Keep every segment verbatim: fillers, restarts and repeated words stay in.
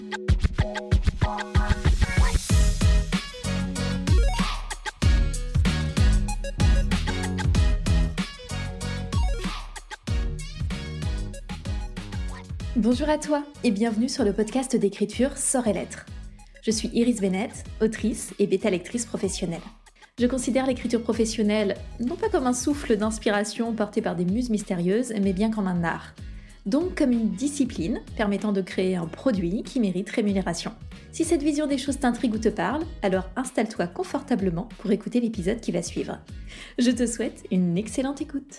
Bonjour à toi et bienvenue sur le podcast d'écriture Sort et Lettres. Je suis Iris Bennett, autrice et bêta-lectrice professionnelle. Je considère l'écriture professionnelle non pas comme un souffle d'inspiration porté par des muses mystérieuses, mais bien comme un art. Donc comme une discipline permettant de créer un produit qui mérite rémunération. Si cette vision des choses t'intrigue ou te parle, alors installe-toi confortablement pour écouter l'épisode qui va suivre. Je te souhaite une excellente écoute.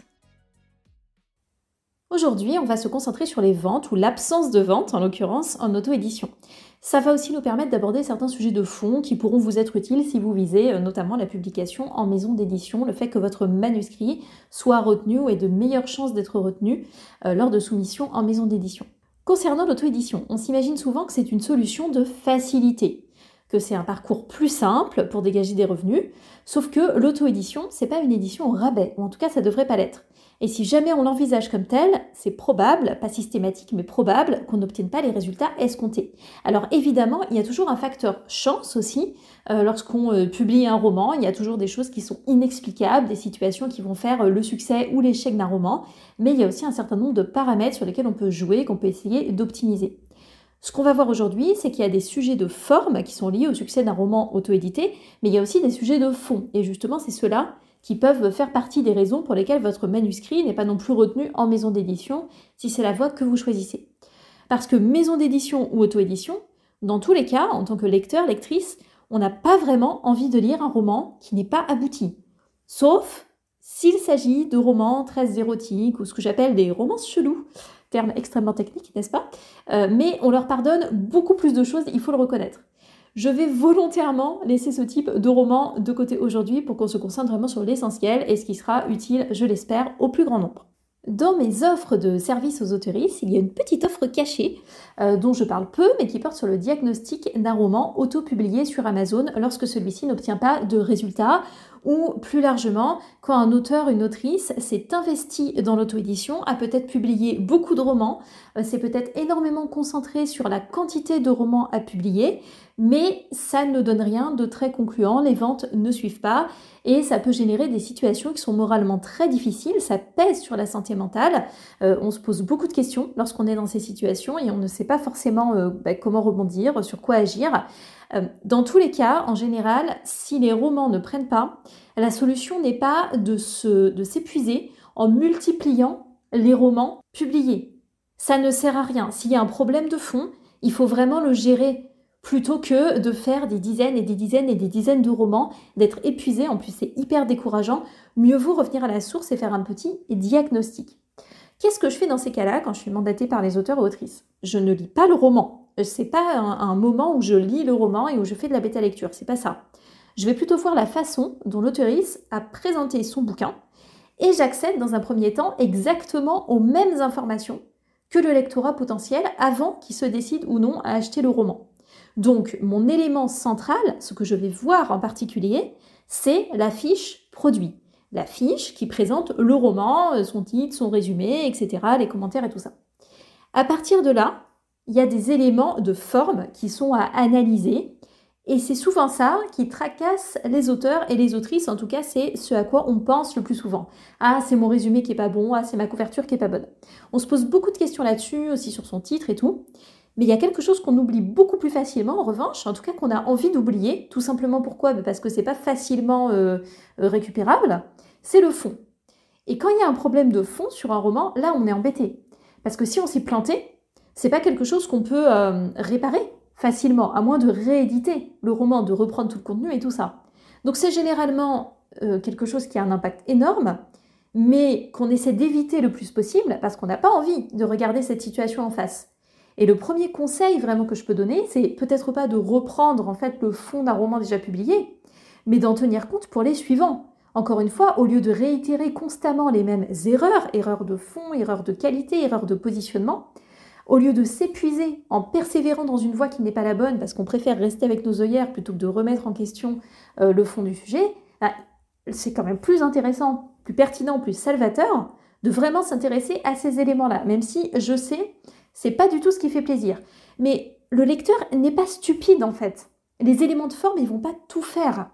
Aujourd'hui, on va se concentrer sur les ventes ou l'absence de vente, en l'occurrence en auto-édition. Ça va aussi nous permettre d'aborder certains sujets de fond qui pourront vous être utiles si vous visez notamment la publication en maison d'édition, le fait que votre manuscrit soit retenu ou ait de meilleures chances d'être retenu euh, lors de soumission en maison d'édition. Concernant l'auto-édition, on s'imagine souvent que c'est une solution de facilité, que c'est un parcours plus simple pour dégager des revenus, sauf que l'auto-édition, c'est pas une édition au rabais, ou en tout cas ça devrait pas l'être. Et si jamais on l'envisage comme tel, c'est probable, pas systématique mais probable, qu'on n'obtienne pas les résultats escomptés. Alors évidemment, il y a toujours un facteur chance aussi. Euh, lorsqu'on euh, publie un roman, il y a toujours des choses qui sont inexplicables, des situations qui vont faire euh, le succès ou l'échec d'un roman, mais il y a aussi un certain nombre de paramètres sur lesquels on peut jouer, qu'on peut essayer d'optimiser. Ce qu'on va voir aujourd'hui, c'est qu'il y a des sujets de forme qui sont liés au succès d'un roman auto-édité, mais il y a aussi des sujets de fond. Et justement, c'est ceux-là qui peuvent faire partie des raisons pour lesquelles votre manuscrit n'est pas non plus retenu en maison d'édition, si c'est la voie que vous choisissez. Parce que maison d'édition ou auto-édition, dans tous les cas, en tant que lecteur, lectrice, on n'a pas vraiment envie de lire un roman qui n'est pas abouti. Sauf s'il s'agit de romans très érotiques ou ce que j'appelle des romances cheloues, terme extrêmement technique, n'est-ce pas ? euh, Mais on leur pardonne beaucoup plus de choses, il faut le reconnaître. Je vais volontairement laisser ce type de roman de côté aujourd'hui pour qu'on se concentre vraiment sur l'essentiel et ce qui sera utile, je l'espère, au plus grand nombre. Dans mes offres de services aux autoristes, il y a une petite offre cachée euh, dont je parle peu mais qui porte sur le diagnostic d'un roman auto-publié sur Amazon lorsque celui-ci n'obtient pas de résultats ou plus largement quand un auteur, une autrice s'est investi dans l'auto-édition, a peut-être publié beaucoup de romans, euh, s'est peut-être énormément concentré sur la quantité de romans à publier, mais ça ne donne rien de très concluant, les ventes ne suivent pas et ça peut générer des situations qui sont moralement très difficiles, ça pèse sur la santé mentale, euh, on se pose beaucoup de questions lorsqu'on est dans ces situations et on ne sait pas forcément euh, bah, comment rebondir, sur quoi agir. Euh, dans tous les cas, en général, si les romans ne prennent pas, la solution n'est pas de, se, de s'épuiser en multipliant les romans publiés. Ça ne sert à rien. S'il y a un problème de fond, il faut vraiment le gérer plutôt que de faire des dizaines et des dizaines et des dizaines de romans, d'être épuisé. En plus, c'est hyper décourageant. Mieux vaut revenir à la source et faire un petit diagnostic. Qu'est-ce que je fais dans ces cas-là quand je suis mandatée par les auteurs et autrices ? Je ne lis pas le roman. C'est pas un, un moment où je lis le roman et où je fais de la bêta-lecture. C'est pas ça. Je vais plutôt voir la façon dont l'auteurice a présenté son bouquin et j'accède dans un premier temps exactement aux mêmes informations que le lectorat potentiel avant qu'il se décide ou non à acheter le roman. Donc, mon élément central, ce que je vais voir en particulier, c'est la fiche produit. La fiche qui présente le roman, son titre, son résumé, et cetera, les commentaires et tout ça. À partir de là, il y a des éléments de forme qui sont à analyser et c'est souvent ça qui tracasse les auteurs et les autrices, en tout cas c'est ce à quoi on pense le plus souvent. Ah, c'est mon résumé qui est pas bon, ah, c'est ma couverture qui est pas bonne. On se pose beaucoup de questions là-dessus, aussi sur son titre et tout. Mais il y a quelque chose qu'on oublie beaucoup plus facilement, en revanche, en tout cas qu'on a envie d'oublier, tout simplement pourquoi ? Parce que c'est pas facilement euh, récupérable, c'est le fond. Et quand il y a un problème de fond sur un roman, là on est embêté. Parce que si on s'est planté, c'est pas quelque chose qu'on peut euh, réparer facilement, à moins de rééditer le roman, de reprendre tout le contenu et tout ça. Donc c'est généralement euh, quelque chose qui a un impact énorme, mais qu'on essaie d'éviter le plus possible, parce qu'on n'a pas envie de regarder cette situation en face. Et le premier conseil vraiment que je peux donner, c'est peut-être pas de reprendre en fait le fond d'un roman déjà publié, mais d'en tenir compte pour les suivants. Encore une fois, au lieu de réitérer constamment les mêmes erreurs, erreurs de fond, erreurs de qualité, erreurs de positionnement, au lieu de s'épuiser en persévérant dans une voie qui n'est pas la bonne, parce qu'on préfère rester avec nos œillères plutôt que de remettre en question euh, le fond du sujet, bah, c'est quand même plus intéressant, plus pertinent, plus salvateur de vraiment s'intéresser à ces éléments-là, même si je sais, c'est pas du tout ce qui fait plaisir. Mais Le lecteur n'est pas stupide en fait. Les éléments de forme, ils vont pas tout faire.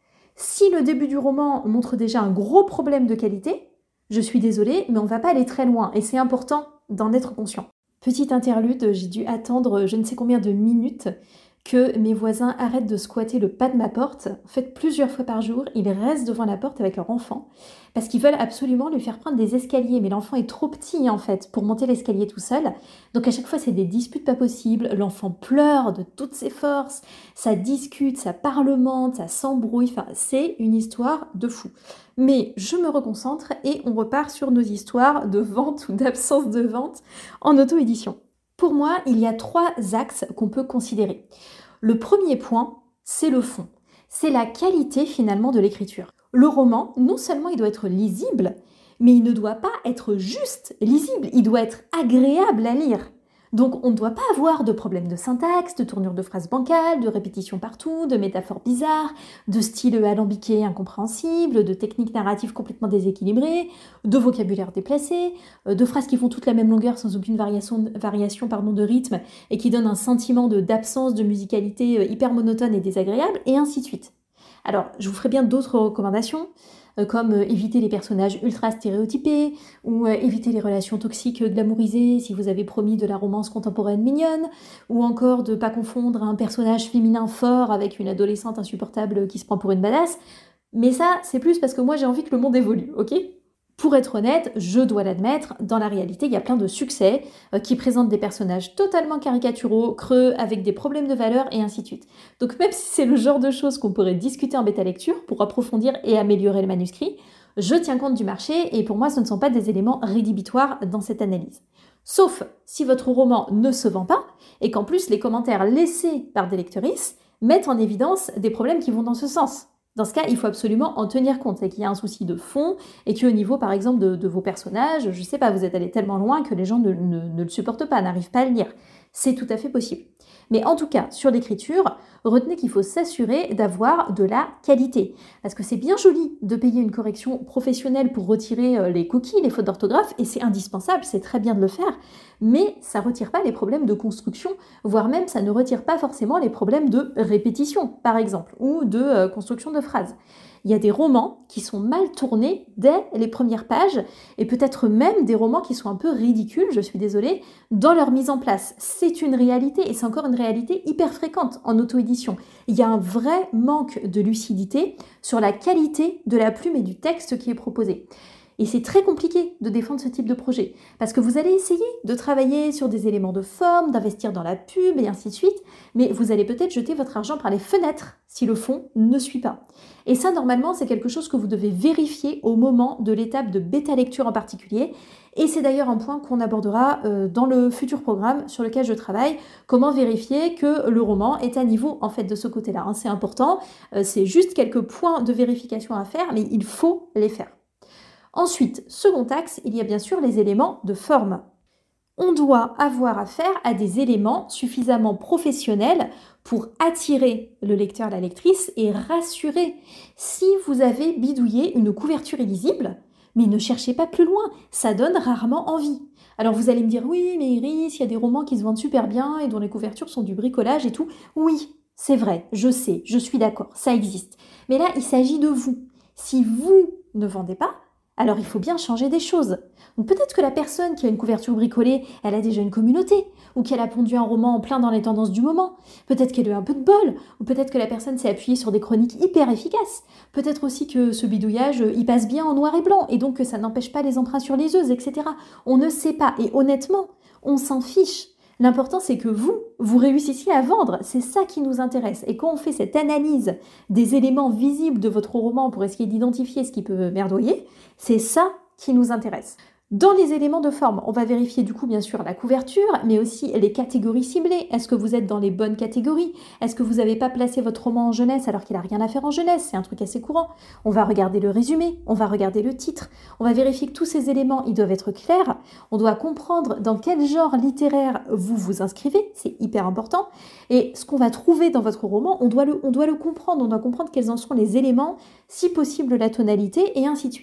Si le début du roman montre déjà un gros problème de qualité, je suis désolée, mais on va pas aller très loin et c'est important d'en être conscient. Petite interlude, j'ai dû attendre je ne sais combien de minutes que mes voisins arrêtent de squatter le pas de ma porte. En fait, plusieurs fois par jour, ils restent devant la porte avec leur enfant parce qu'ils veulent absolument lui faire prendre des escaliers. Mais l'enfant est trop petit, en fait, pour monter l'escalier tout seul. Donc à chaque fois, c'est des disputes pas possibles. L'enfant pleure de toutes ses forces. Ça discute, ça parlemente, ça s'embrouille. Enfin, c'est une histoire de fou. Mais je me reconcentre et on repart sur nos histoires de vente ou d'absence de vente en auto-édition. Pour moi, il y a trois axes qu'on peut considérer. Le premier point, c'est le fond. C'est la qualité finalement de l'écriture. Le roman, non seulement il doit être lisible, mais il ne doit pas être juste lisible, il doit être agréable à lire. Donc on ne doit pas avoir de problème de syntaxe, de tournure de phrases bancales, de répétitions partout, de métaphores bizarres, de style alambiqué incompréhensible, de techniques narratives complètement déséquilibrées, de vocabulaire déplacé, de phrases qui font toute la même longueur sans aucune variation, variation pardon, de rythme et qui donnent un sentiment de, d'absence de musicalité hyper monotone et désagréable, et ainsi de suite. Alors, je vous ferai bien d'autres recommandations, euh, comme euh, éviter les personnages ultra stéréotypés, ou euh, éviter les relations toxiques glamourisées si vous avez promis de la romance contemporaine mignonne, ou encore de ne pas confondre un personnage féminin fort avec une adolescente insupportable qui se prend pour une badass. Mais ça, c'est plus parce que moi j'ai envie que le monde évolue, ok ? Pour être honnête, je dois l'admettre, dans la réalité, il y a plein de succès euh, qui présentent des personnages totalement caricaturaux, creux, avec des problèmes de valeur et ainsi de suite. Donc même si c'est le genre de choses qu'on pourrait discuter en bêta-lecture pour approfondir et améliorer le manuscrit, je tiens compte du marché et pour moi ce ne sont pas des éléments rédhibitoires dans cette analyse. Sauf si votre roman ne se vend pas et qu'en plus les commentaires laissés par des lectrices mettent en évidence des problèmes qui vont dans ce sens. Dans ce cas, il faut absolument en tenir compte, c'est qu'il y a un souci de fond et qu'au niveau, par exemple, de, de vos personnages, je sais pas, vous êtes allé tellement loin que les gens ne, ne, ne le supportent pas, n'arrivent pas à le lire. C'est tout à fait possible. Mais en tout cas, sur l'écriture, retenez qu'il faut s'assurer d'avoir de la qualité. Parce que c'est bien joli de payer une correction professionnelle pour retirer les coquilles, les fautes d'orthographe, et c'est indispensable, c'est très bien de le faire, mais ça ne retire pas les problèmes de construction, voire même ça ne retire pas forcément les problèmes de répétition, par exemple, ou de euh, construction de phrases. Il y a des romans qui sont mal tournés dès les premières pages, et peut-être même des romans qui sont un peu ridicules, je suis désolée, dans leur mise en place. C'est une réalité, et c'est encore une réalité hyper fréquente en auto-édition. Il y a un vrai manque de lucidité sur la qualité de la plume et du texte qui est proposé. Et c'est très compliqué de défendre ce type de projet, parce que vous allez essayer de travailler sur des éléments de forme, d'investir dans la pub et ainsi de suite, mais vous allez peut-être jeter votre argent par les fenêtres si le fond ne suit pas. Et ça, normalement, c'est quelque chose que vous devez vérifier au moment de l'étape de bêta-lecture en particulier, et c'est d'ailleurs un point qu'on abordera euh, dans le futur programme sur lequel je travaille, comment vérifier que le roman est à niveau en fait de ce côté-là. Hein. C'est important, euh, c'est juste quelques points de vérification à faire, mais il faut les faire. Ensuite, second axe, il y a bien sûr les éléments de forme. On doit avoir affaire à des éléments suffisamment professionnels pour attirer le lecteur, la lectrice et rassurer. Si vous avez bidouillé une couverture illisible, mais ne cherchez pas plus loin, ça donne rarement envie. Alors vous allez me dire, oui, mais Iris, il y a des romans qui se vendent super bien et dont les couvertures sont du bricolage et tout. Oui, c'est vrai, je sais, je suis d'accord, ça existe. Mais là, il s'agit de vous. Si vous ne vendez pas, alors il faut bien changer des choses. Donc peut-être que la personne qui a une couverture bricolée, elle a déjà une communauté, ou qu'elle a pondu un roman en plein dans les tendances du moment. Peut-être qu'elle a eu un peu de bol, ou peut-être que la personne s'est appuyée sur des chroniques hyper efficaces. Peut-être aussi que ce bidouillage, il passe bien en noir et blanc, et donc que ça n'empêche pas les emprunts sur liseuse, et cetera. On ne sait pas, et honnêtement, on s'en fiche. L'important, c'est que vous, vous réussissiez à vendre. C'est ça qui nous intéresse. Et quand on fait cette analyse des éléments visibles de votre roman pour essayer d'identifier ce qui peut merdoyer, c'est ça qui nous intéresse. Dans les éléments de forme, on va vérifier du coup bien sûr la couverture, mais aussi les catégories ciblées. Est-ce que vous êtes dans les bonnes catégories? Est-ce que vous n'avez pas placé votre roman en jeunesse alors qu'il n'a rien à faire en jeunesse? C'est un truc assez courant. On va regarder le résumé, on va regarder le titre, on va vérifier que tous ces éléments, ils doivent être clairs. On doit comprendre dans quel genre littéraire vous vous inscrivez, c'est hyper important. Et ce qu'on va trouver dans votre roman, on doit le, on doit le comprendre, on doit comprendre quels en sont les éléments, si possible la tonalité, et ainsi de suite.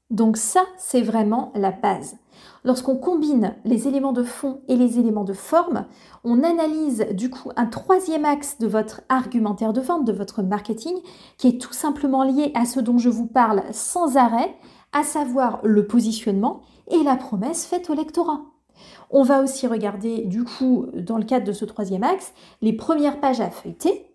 Donc ça, c'est vraiment la base. Lorsqu'on combine les éléments de fond et les éléments de forme, on analyse du coup un troisième axe de votre argumentaire de vente, de votre marketing, qui est tout simplement lié à ce dont je vous parle sans arrêt, à savoir le positionnement et la promesse faite au lectorat. On va aussi regarder du coup, dans le cadre de ce troisième axe, les premières pages à feuilleter,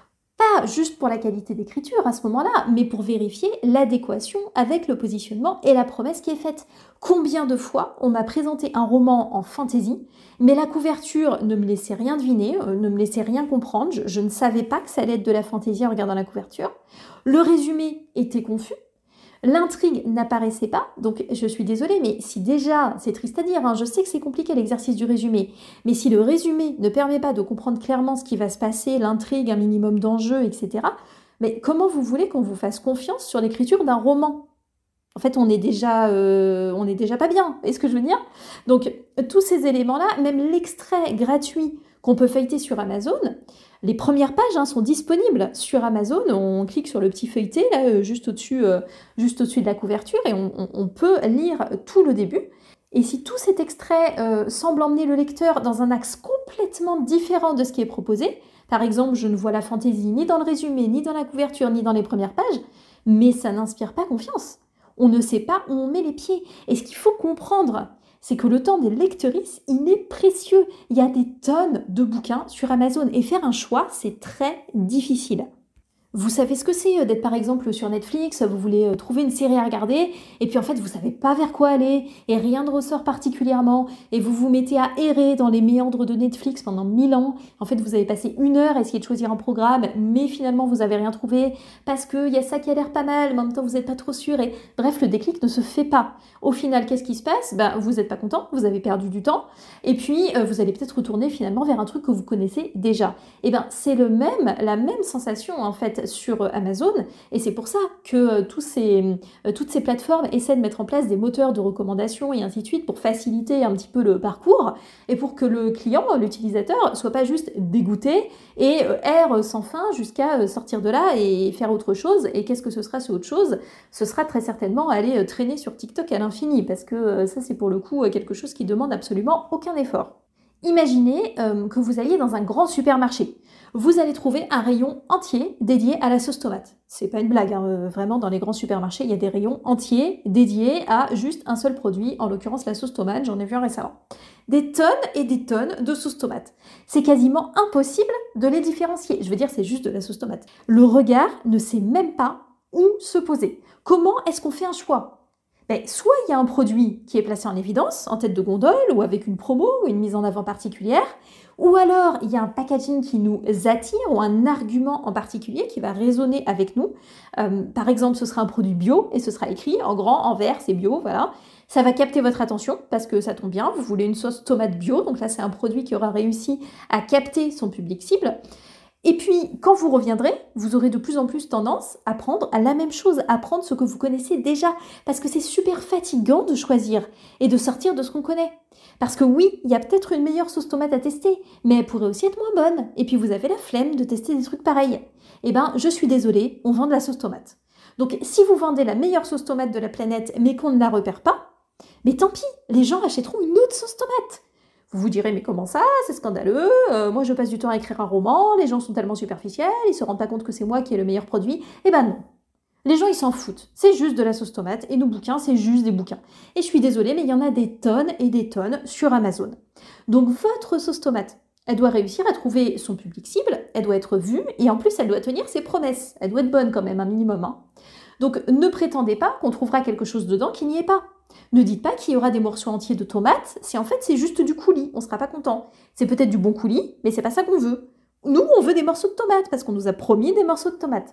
pas juste pour la qualité d'écriture à ce moment-là, mais pour vérifier l'adéquation avec le positionnement et la promesse qui est faite. Combien de fois on m'a présenté un roman en fantasy, mais la couverture ne me laissait rien deviner, euh, ne me laissait rien comprendre, je, je ne savais pas que ça allait être de la fantasy en regardant la couverture. Le résumé était confus. L'intrigue n'apparaissait pas, donc je suis désolée, mais si déjà, c'est triste à dire, hein, je sais que c'est compliqué l'exercice du résumé, mais si le résumé ne permet pas de comprendre clairement ce qui va se passer, l'intrigue, un minimum d'enjeux, et cetera, mais comment vous voulez qu'on vous fasse confiance sur l'écriture d'un roman ? En fait, on est déjà, euh, on est déjà pas bien, est-ce que je veux dire ? Donc, tous ces éléments-là, même l'extrait gratuit qu'on peut feuilleter sur Amazon, les premières pages hein, sont disponibles sur Amazon. On clique sur le petit feuilleté, là, euh, juste au-dessus, euh, juste au-dessus de la couverture, et on, on, on peut lire tout le début. Et si tout cet extrait euh, semble emmener le lecteur dans un axe complètement différent de ce qui est proposé, par exemple, je ne vois la fantaisie ni dans le résumé, ni dans la couverture, ni dans les premières pages, mais ça n'inspire pas confiance. On ne sait pas où on met les pieds. Et ce qu'il faut comprendre, c'est que le temps des lectrices, il est précieux. Il y a des tonnes de bouquins sur Amazon et faire un choix, c'est très difficile. Vous savez ce que c'est d'être par exemple sur Netflix, vous voulez trouver une série à regarder, et puis en fait vous savez pas vers quoi aller, et rien ne ressort particulièrement, et vous vous mettez à errer dans les méandres de Netflix pendant mille ans. En fait vous avez passé une heure à essayer de choisir un programme, mais finalement vous avez rien trouvé, parce qu'il y a ça qui a l'air pas mal, mais en même temps vous n'êtes pas trop sûr, et bref le déclic ne se fait pas. Au final qu'est-ce qui se passe ? Ben, vous n'êtes pas content, vous avez perdu du temps, et puis euh, vous allez peut-être retourner finalement vers un truc que vous connaissez déjà. Et ben c'est le même, la même sensation en fait sur Amazon, et c'est pour ça que euh, tous ces, euh, toutes ces plateformes essaient de mettre en place des moteurs de recommandation et ainsi de suite pour faciliter un petit peu le parcours et pour que le client, l'utilisateur, soit pas juste dégoûté et euh, erre sans fin jusqu'à euh, sortir de là et faire autre chose. Et qu'est-ce que ce sera ce autre chose ? Ce sera très certainement aller euh, traîner sur TikTok à l'infini, parce que euh, ça c'est pour le coup euh, quelque chose qui demande absolument aucun effort. Imaginez euh, que vous alliez dans un grand supermarché. Vous allez trouver un rayon entier dédié à la sauce tomate. C'est pas une blague, hein. Vraiment dans les grands supermarchés, il y a des rayons entiers dédiés à juste un seul produit, en l'occurrence la sauce tomate, j'en ai vu un récemment. Des tonnes et des tonnes de sauce tomate. C'est quasiment impossible de les différencier. Je veux dire, c'est juste de la sauce tomate. Le regard ne sait même pas où se poser. Comment est-ce qu'on fait un choix ? Ben, soit il y a un produit qui est placé en évidence, en tête de gondole, ou avec une promo, ou une mise en avant particulière, ou alors il y a un packaging qui nous attire, ou un argument en particulier qui va résonner avec nous. Euh, par exemple, ce sera un produit bio, et ce sera écrit en grand, en vert, c'est bio, voilà. Ça va capter votre attention, parce que ça tombe bien, vous voulez une sauce tomate bio, donc là c'est un produit qui aura réussi à capter son public cible. Et puis, quand vous reviendrez, vous aurez de plus en plus tendance à prendre la même chose, à prendre ce que vous connaissez déjà, parce que c'est super fatigant de choisir et de sortir de ce qu'on connaît. Parce que oui, il y a peut-être une meilleure sauce tomate à tester, mais elle pourrait aussi être moins bonne, et puis vous avez la flemme de tester des trucs pareils. Eh ben, je suis désolée, on vend de la sauce tomate. Donc, si vous vendez la meilleure sauce tomate de la planète, mais qu'on ne la repère pas, mais tant pis, les gens achèteront une autre sauce tomate. Vous vous direz, mais comment ça ? C'est scandaleux, euh, moi je passe du temps à écrire un roman, les gens sont tellement superficiels, ils se rendent pas compte que c'est moi qui ai le meilleur produit. Eh ben non. Les gens ils s'en foutent, c'est juste de la sauce tomate, et nos bouquins c'est juste des bouquins. Et je suis désolée, mais il y en a des tonnes et des tonnes sur Amazon. Donc votre sauce tomate, elle doit réussir à trouver son public cible, elle doit être vue, et en plus elle doit tenir ses promesses. Elle doit être bonne quand même, un minimum. Hein. Donc ne prétendez pas qu'on trouvera quelque chose dedans qui n'y est pas. Ne dites pas qu'il y aura des morceaux entiers de tomates, si en fait c'est juste du coulis, on ne sera pas content. C'est peut-être du bon coulis, mais c'est pas ça qu'on veut. Nous, on veut des morceaux de tomates, parce qu'on nous a promis des morceaux de tomates.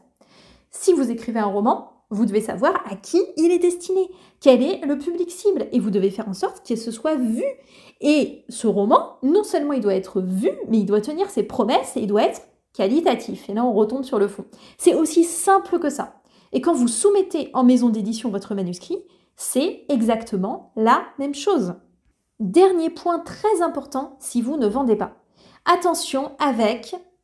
Si vous écrivez un roman, vous devez savoir à qui il est destiné, quel est le public cible, et vous devez faire en sorte qu'il se soit vu. Et ce roman, non seulement il doit être vu, mais il doit tenir ses promesses et il doit être qualitatif. Et là, on retombe sur le fond. C'est aussi simple que ça. Et quand vous soumettez en maison d'édition votre manuscrit, c'est exactement la même chose. Dernier point très important si vous ne vendez pas. Attention avec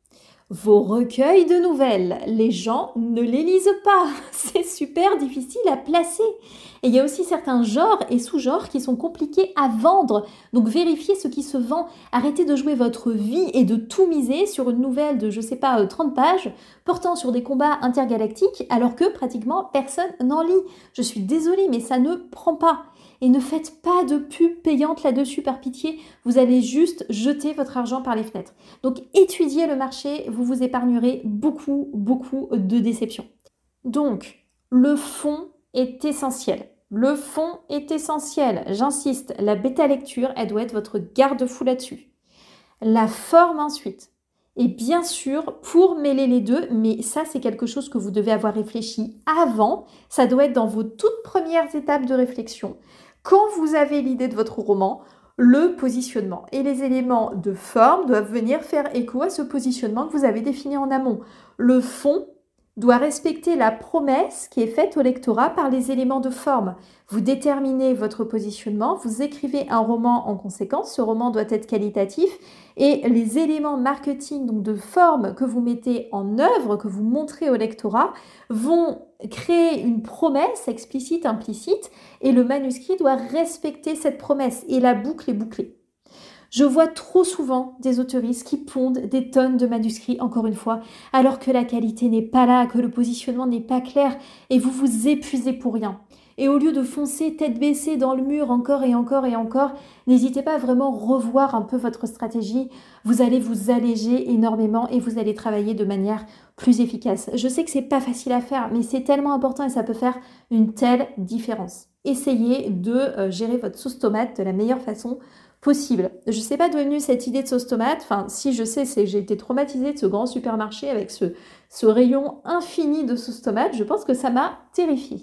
Vos recueils de nouvelles, les gens ne les lisent pas, c'est super difficile à placer. Et il y a aussi certains genres et sous-genres qui sont compliqués à vendre, donc vérifiez ce qui se vend. Arrêtez de jouer votre vie et de tout miser sur une nouvelle de, je sais pas, trente pages, portant sur des combats intergalactiques, alors que pratiquement personne n'en lit. Je suis désolée, mais ça ne prend pas. Et ne faites pas de pub payante là-dessus par pitié, vous allez juste jeter votre argent par les fenêtres. Donc étudiez le marché, vous vous épargnerez beaucoup, beaucoup de déceptions. Donc, le fond est essentiel. Le fond est essentiel. J'insiste, la bêta-lecture, elle doit être votre garde-fou là-dessus. La forme ensuite. Et bien sûr, pour mêler les deux, mais ça c'est quelque chose que vous devez avoir réfléchi avant, ça doit être dans vos toutes premières étapes de réflexion. Quand vous avez l'idée de votre roman, le positionnement et les éléments de forme doivent venir faire écho à ce positionnement que vous avez défini en amont. Le fond doit respecter la promesse qui est faite au lectorat par les éléments de forme. Vous déterminez votre positionnement, vous écrivez un roman en conséquence, ce roman doit être qualitatif et les éléments marketing, donc de forme que vous mettez en œuvre, que vous montrez au lectorat, vont créer une promesse explicite, implicite et le manuscrit doit respecter cette promesse et la boucle est bouclée. Je vois trop souvent des autoristes qui pondent des tonnes de manuscrits, encore une fois, alors que la qualité n'est pas là, que le positionnement n'est pas clair, et vous vous épuisez pour rien. Et au lieu de foncer tête baissée dans le mur encore et encore et encore, n'hésitez pas à vraiment revoir un peu votre stratégie. Vous allez vous alléger énormément et vous allez travailler de manière plus efficace. Je sais que c'est pas facile à faire, mais c'est tellement important et ça peut faire une telle différence. Essayez de euh, gérer votre sauce tomate de la meilleure façon possible. Je ne sais pas d'où est venue cette idée de sauce tomate. Enfin, si je sais, c'est que j'ai été traumatisée de ce grand supermarché avec ce, ce rayon infini de sauce tomate. Je pense que ça m'a terrifiée.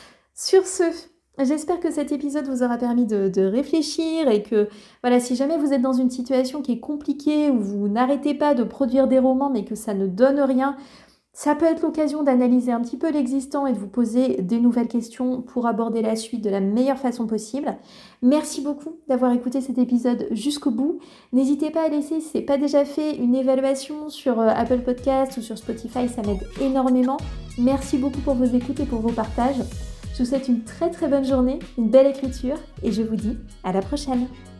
Sur ce, j'espère que cet épisode vous aura permis de, de réfléchir et que, voilà, si jamais vous êtes dans une situation qui est compliquée où vous n'arrêtez pas de produire des romans mais que ça ne donne rien, ça peut être l'occasion d'analyser un petit peu l'existant et de vous poser des nouvelles questions pour aborder la suite de la meilleure façon possible. Merci beaucoup d'avoir écouté cet épisode jusqu'au bout. N'hésitez pas à laisser, si ce n'est pas déjà fait, une évaluation sur Apple Podcast ou sur Spotify, ça m'aide énormément. Merci beaucoup pour vos écoutes et pour vos partages. Je vous souhaite une très très bonne journée, une belle écriture et je vous dis à la prochaine.